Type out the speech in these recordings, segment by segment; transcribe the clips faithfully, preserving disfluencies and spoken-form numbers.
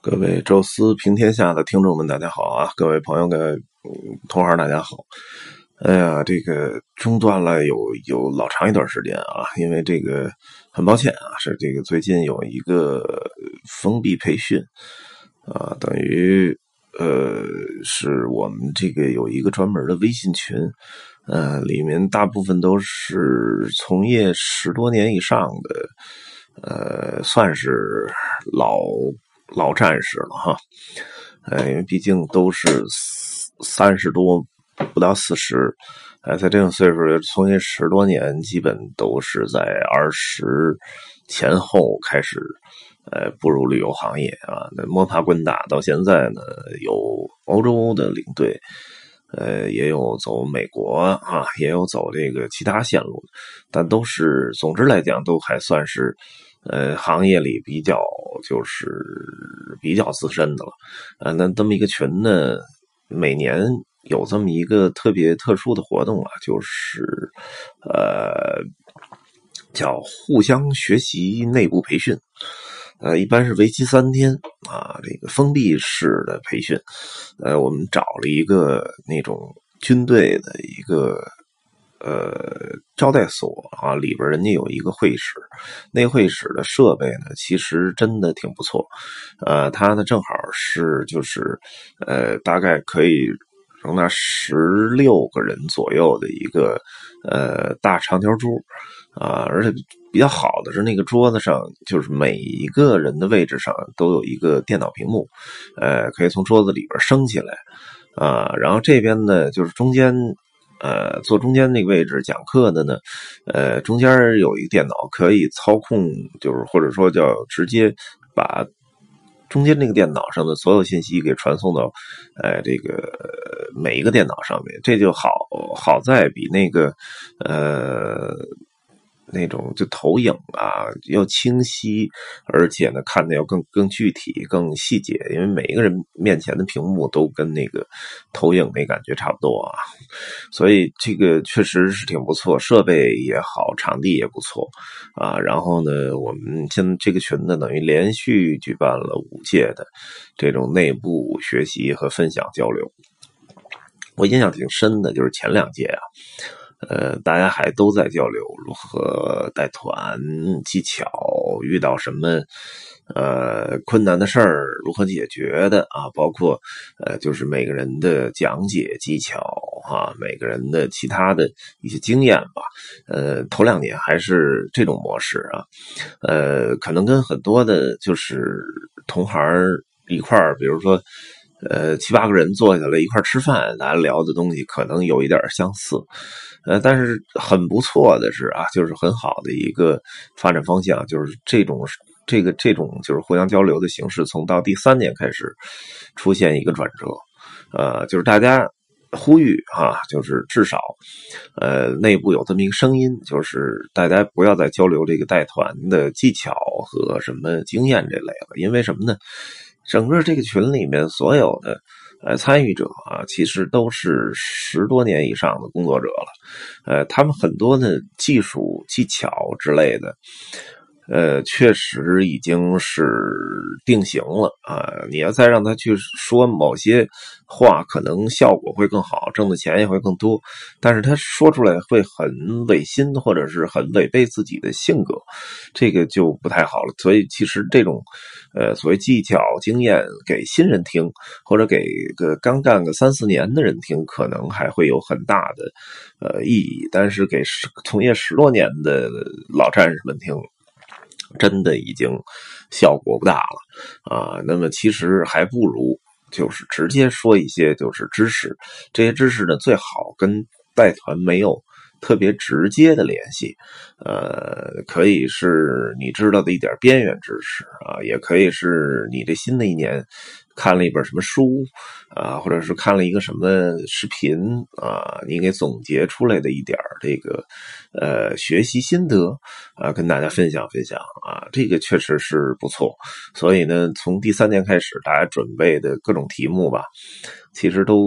各位宙斯平天下的听众们，大家好啊！各位朋友、各位同行，大家好。哎呀，这个中断了有有老长一段时间啊，因为这个很抱歉啊，是这个最近有一个封闭培训啊，等于呃是我们这个有一个专门的微信群，呃，里面大部分都是从业十多年以上的，呃，算是老。老战士了哈，呃，因为毕竟都是三十多，不到四十，呃，在这种岁数从业十多年，基本都是在二十前后开始，呃，步入旅游行业啊。那摸爬滚打到现在呢，有欧洲的领队，呃，也有走美国啊，也有走这个其他线路，但都是，总之来讲，都还算是。呃，行业里比较就是比较资深的了，呃，那这么一个群呢，每年有这么一个特别特殊的活动啊，就是呃叫互相学习内部培训，呃，一般是为期三天啊，这个封闭式的培训，呃，我们找了一个那种军队的一个。呃，招待所啊，里边人家有一个会议室，那会议室的设备呢，其实真的挺不错。呃，它呢正好是就是呃，大概可以容纳十六个人左右的一个呃大长条桌啊，而且比较好的是那个桌子上，就是每一个人的位置上都有一个电脑屏幕，呃，可以从桌子里边升起来啊，然后这边呢就是中间。呃，坐中间那个位置讲课的呢，呃，中间有一个电脑可以操控，就是或者说叫直接把中间那个电脑上的所有信息给传送到，呃，这个每一个电脑上面，这就好好在比那个呃。那种就投影啊要清晰，而且呢看的要更更具体、更细节，因为每一个人面前的屏幕都跟那个投影那感觉差不多啊，所以这个确实是挺不错，设备也好，场地也不错啊。然后呢，我们现在这个群呢，等于连续举办了五届的这种内部学习和分享交流。我印象挺深的，就是前两届啊。呃，大家还都在交流如何带团技巧，遇到什么呃困难的事儿如何解决的啊，包括呃就是每个人的讲解技巧啊，每个人的其他的一些经验吧。呃，头两年还是这种模式啊，呃，可能跟很多的就是同行一块儿，比如说。呃，七八个人坐下来一块吃饭，大家聊的东西可能有一点相似，呃，但是很不错的是啊，就是很好的一个发展方向，就是这种这个这种就是互相交流的形式，从到第三年开始出现一个转折，呃，就是大家呼吁啊，就是至少呃内部有这么一个声音，就是大家不要再交流这个带团的技巧和什么经验这类了，因为什么呢？整个这个群里面所有的呃参与者啊，其实都是十多年以上的工作者了，呃，他们很多的技术技巧之类的，呃，确实已经是定型了啊！你要再让他去说某些话，可能效果会更好，挣的钱也会更多，但是他说出来会很违心，或者是很违背自己的性格，这个就不太好了。所以其实这种呃所谓技巧经验给新人听，或者给个刚干个三四年的人听，可能还会有很大的呃意义，但是给从业十多年的老战士们听。真的已经效果不大了啊！那么其实还不如就是直接说一些就是知识，这些知识呢最好跟带团没有特别直接的联系，呃，可以是你知道的一点边缘知识啊，也可以是你这新的一年看了一本什么书啊，或者是看了一个什么视频啊，你给总结出来的一点这个呃学习心得啊，跟大家分享分享啊，这个确实是不错。所以呢，从第三年开始，大家准备的各种题目吧，其实都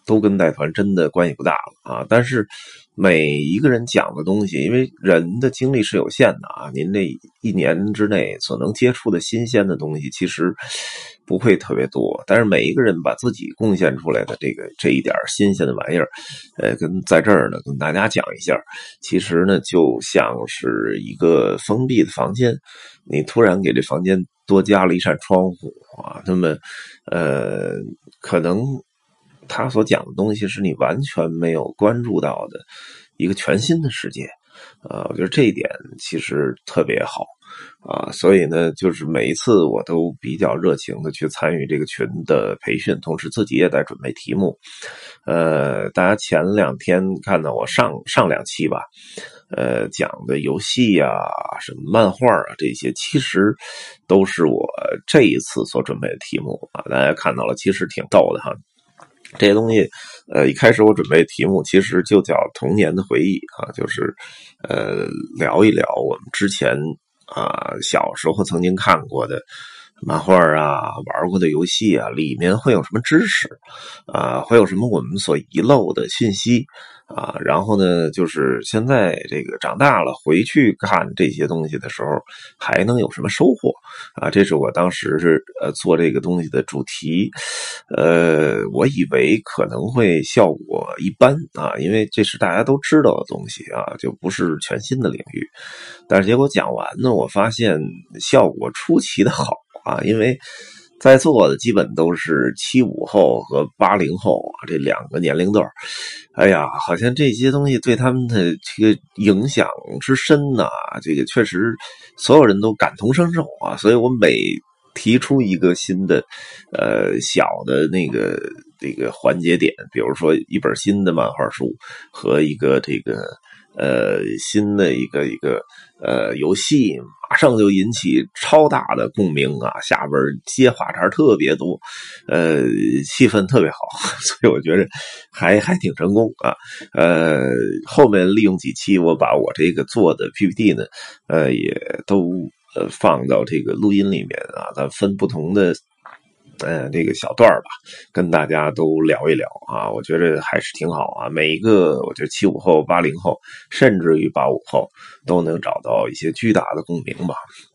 都跟带团真的关系不大了啊。但是每一个人讲的东西，因为人的精力是有限的啊，您这一年之内所能接触的新鲜的东西其实不会特别多，但是每一个人把自己贡献出来的这个这一点新鲜的玩意儿，呃，跟在这儿呢跟大家讲一下，其实呢就像是一个封闭的房间，你突然给这房间多加了一扇窗户啊，那么呃，可能他所讲的东西是你完全没有关注到的一个全新的世界，呃，我觉得这一点其实特别好啊，所以呢，就是每一次我都比较热情的去参与这个群的培训，同时自己也在准备题目。呃，大家前两天看到我上上两期吧，呃，讲的游戏啊、什么漫画啊这些，其实都是我这一次所准备的题目啊。大家看到了，其实挺逗的哈。这些东西，呃，一开始我准备题目其实就叫童年的回忆啊，就是呃聊一聊我们之前啊小时候曾经看过的漫画啊，玩过的游戏啊，里面会有什么知识啊，会有什么我们所遗漏的信息啊，然后呢，就是现在这个长大了回去看这些东西的时候，还能有什么收获啊？这是我当时是呃做这个东西的主题，呃，我以为可能会效果一般啊，因为这是大家都知道的东西啊，就不是全新的领域，但是结果讲完呢，我发现效果出奇的好。啊，因为在座的基本都是七五后和八零后啊，这两个年龄段。哎呀，好像这些东西对他们的这个影响之深呢、啊，这个确实所有人都感同身受啊。所以我每提出一个新的呃小的那个这个环节点，比如说一本新的漫画书和一个这个呃新的一个一个呃游戏，马上就引起超大的共鸣啊，下边接话茬特别多，呃气氛特别好，所以我觉得还还挺成功啊。呃后面利用几期我把我这个做的 P P T 呢呃也都呃放到这个录音里面啊，咱分不同的呃，这个小段吧，跟大家都聊一聊啊，我觉得还是挺好啊。每一个，我觉得七五后、八零后，甚至于八五后，都能找到一些巨大的共鸣吧。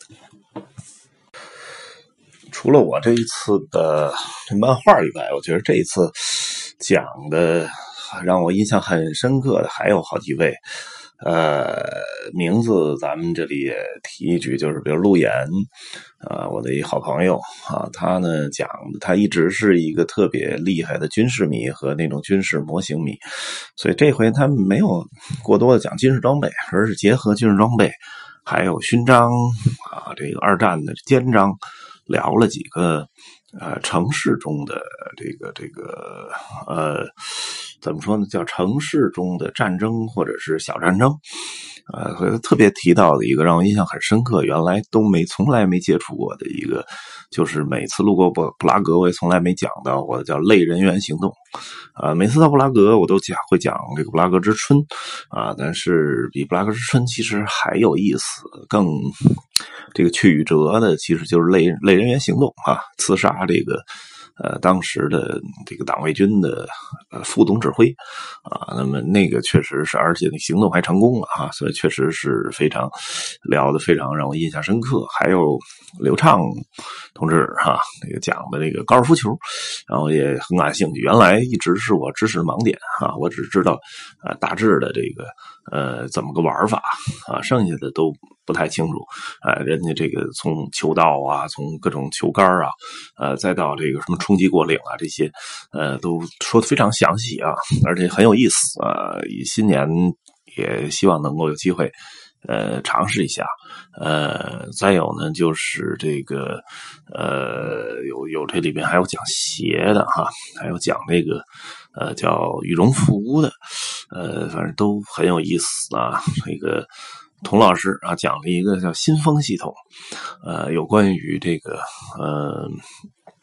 除了我这一次的漫画以外，我觉得这一次讲的让我印象很深刻的还有好几位。呃，名字咱们这里也提一句，就是比如陆岩啊，我的一好朋友啊，他呢讲他一直是一个特别厉害的军事迷和那种军事模型迷，所以这回他没有过多的讲军事装备，而是结合军事装备还有勋章啊，这个二战的肩章，聊了几个呃城市中的这个这个呃怎么说呢，叫城市中的战争或者是小战争，呃特别提到的一个让我印象很深刻，原来都没从来没接触过的一个，就是每次路过布布拉格我也从来没讲到过的，叫类人猿行动啊、呃。每次到布拉格我都讲会讲这个布拉格之春啊，但是比布拉格之春其实还有意思，更这个曲曲折的其实就是类类人猿行动啊，刺杀这个呃当时的这个党卫军的呃副总指挥啊，那么那个确实是，而且那行动还成功了啊，所以确实是非常聊得非常让我印象深刻。还有刘畅同志哈、啊，那个讲的这个高尔夫球，然后也很感兴趣。原来一直是我知识盲点啊，我只知道啊大致的这个呃怎么个玩法啊，剩下的都不太清楚。啊、呃，人家这个从球道啊，从各种球杆啊，呃，再到这个什么冲击过岭啊，这些呃都说得非常详细啊，而且很有意思啊。新年也希望能够有机会呃尝试一下。呃再有呢就是这个呃有有这里边还有讲鞋的哈，还有讲这个呃叫羽绒服的，呃反正都很有意思啊。这个童老师啊讲了一个叫新风系统，呃有关于这个呃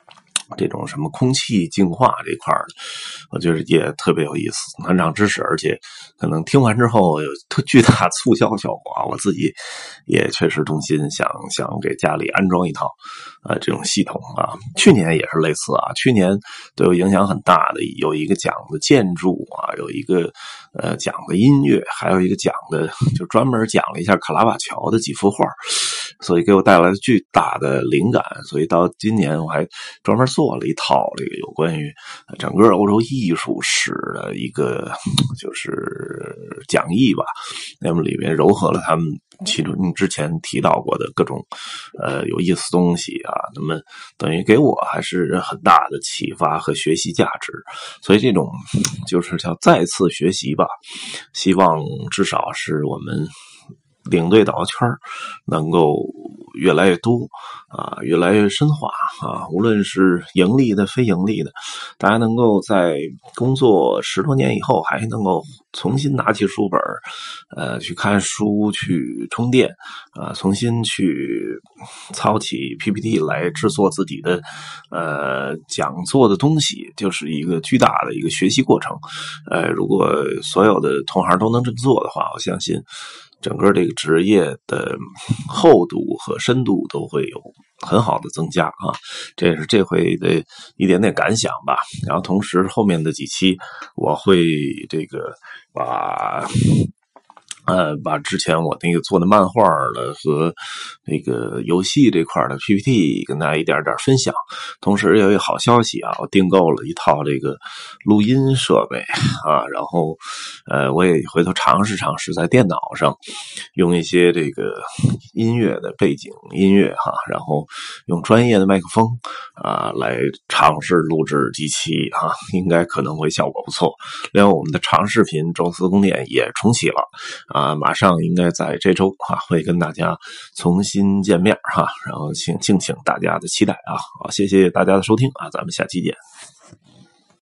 这种什么空气净化这块的，我觉得也特别有意思，很长知识，而且可能听完之后有特巨大促销效果啊！我自己也确实动心想想给家里安装一套呃这种系统啊。去年也是类似啊，去年对我影响很大的有一个讲的建筑啊，有一个呃讲的音乐，还有一个讲的就专门讲了一下卡拉瓦乔的几幅画，所以给我带来了巨大的灵感，所以到今年我还专门做了一套这个有关于整个欧洲艺术史的一个就是讲义吧，那么里面糅合了他们其中之前提到过的各种呃有意思东西啊，那么等于给我还是很大的启发和学习价值，所以这种就是叫再次学习吧，希望至少是我们领队导游圈能够越来越多啊，越来越深化啊，无论是盈利的非盈利的，大家能够在工作十多年以后还能够重新拿起书本呃去看书，去充电啊，重新去操起 P P T 来制作自己的呃讲座的东西，就是一个巨大的一个学习过程。呃如果所有的同行都能这么做的话，我相信整个这个职业的厚度和深度都会有很好的增加啊，这也是这回的一点点感想吧。然后同时后面的几期我会这个把呃，把之前我那个做的漫画的和那个游戏这块的 P P T 跟大家一点点分享，同时也有一个好消息啊，我订购了一套这个录音设备啊，然后呃，我也回头尝试尝试在电脑上用一些这个音乐的背景音乐哈，然后用专业的麦克风啊来尝试录制几期啊，应该可能会效果不错。另外我们的长视频宙斯宫殿也重启了啊，马上应该在这周啊会跟大家重新见面哈，然后请敬请大家的期待啊。好，谢谢大家的收听啊，咱们下期见。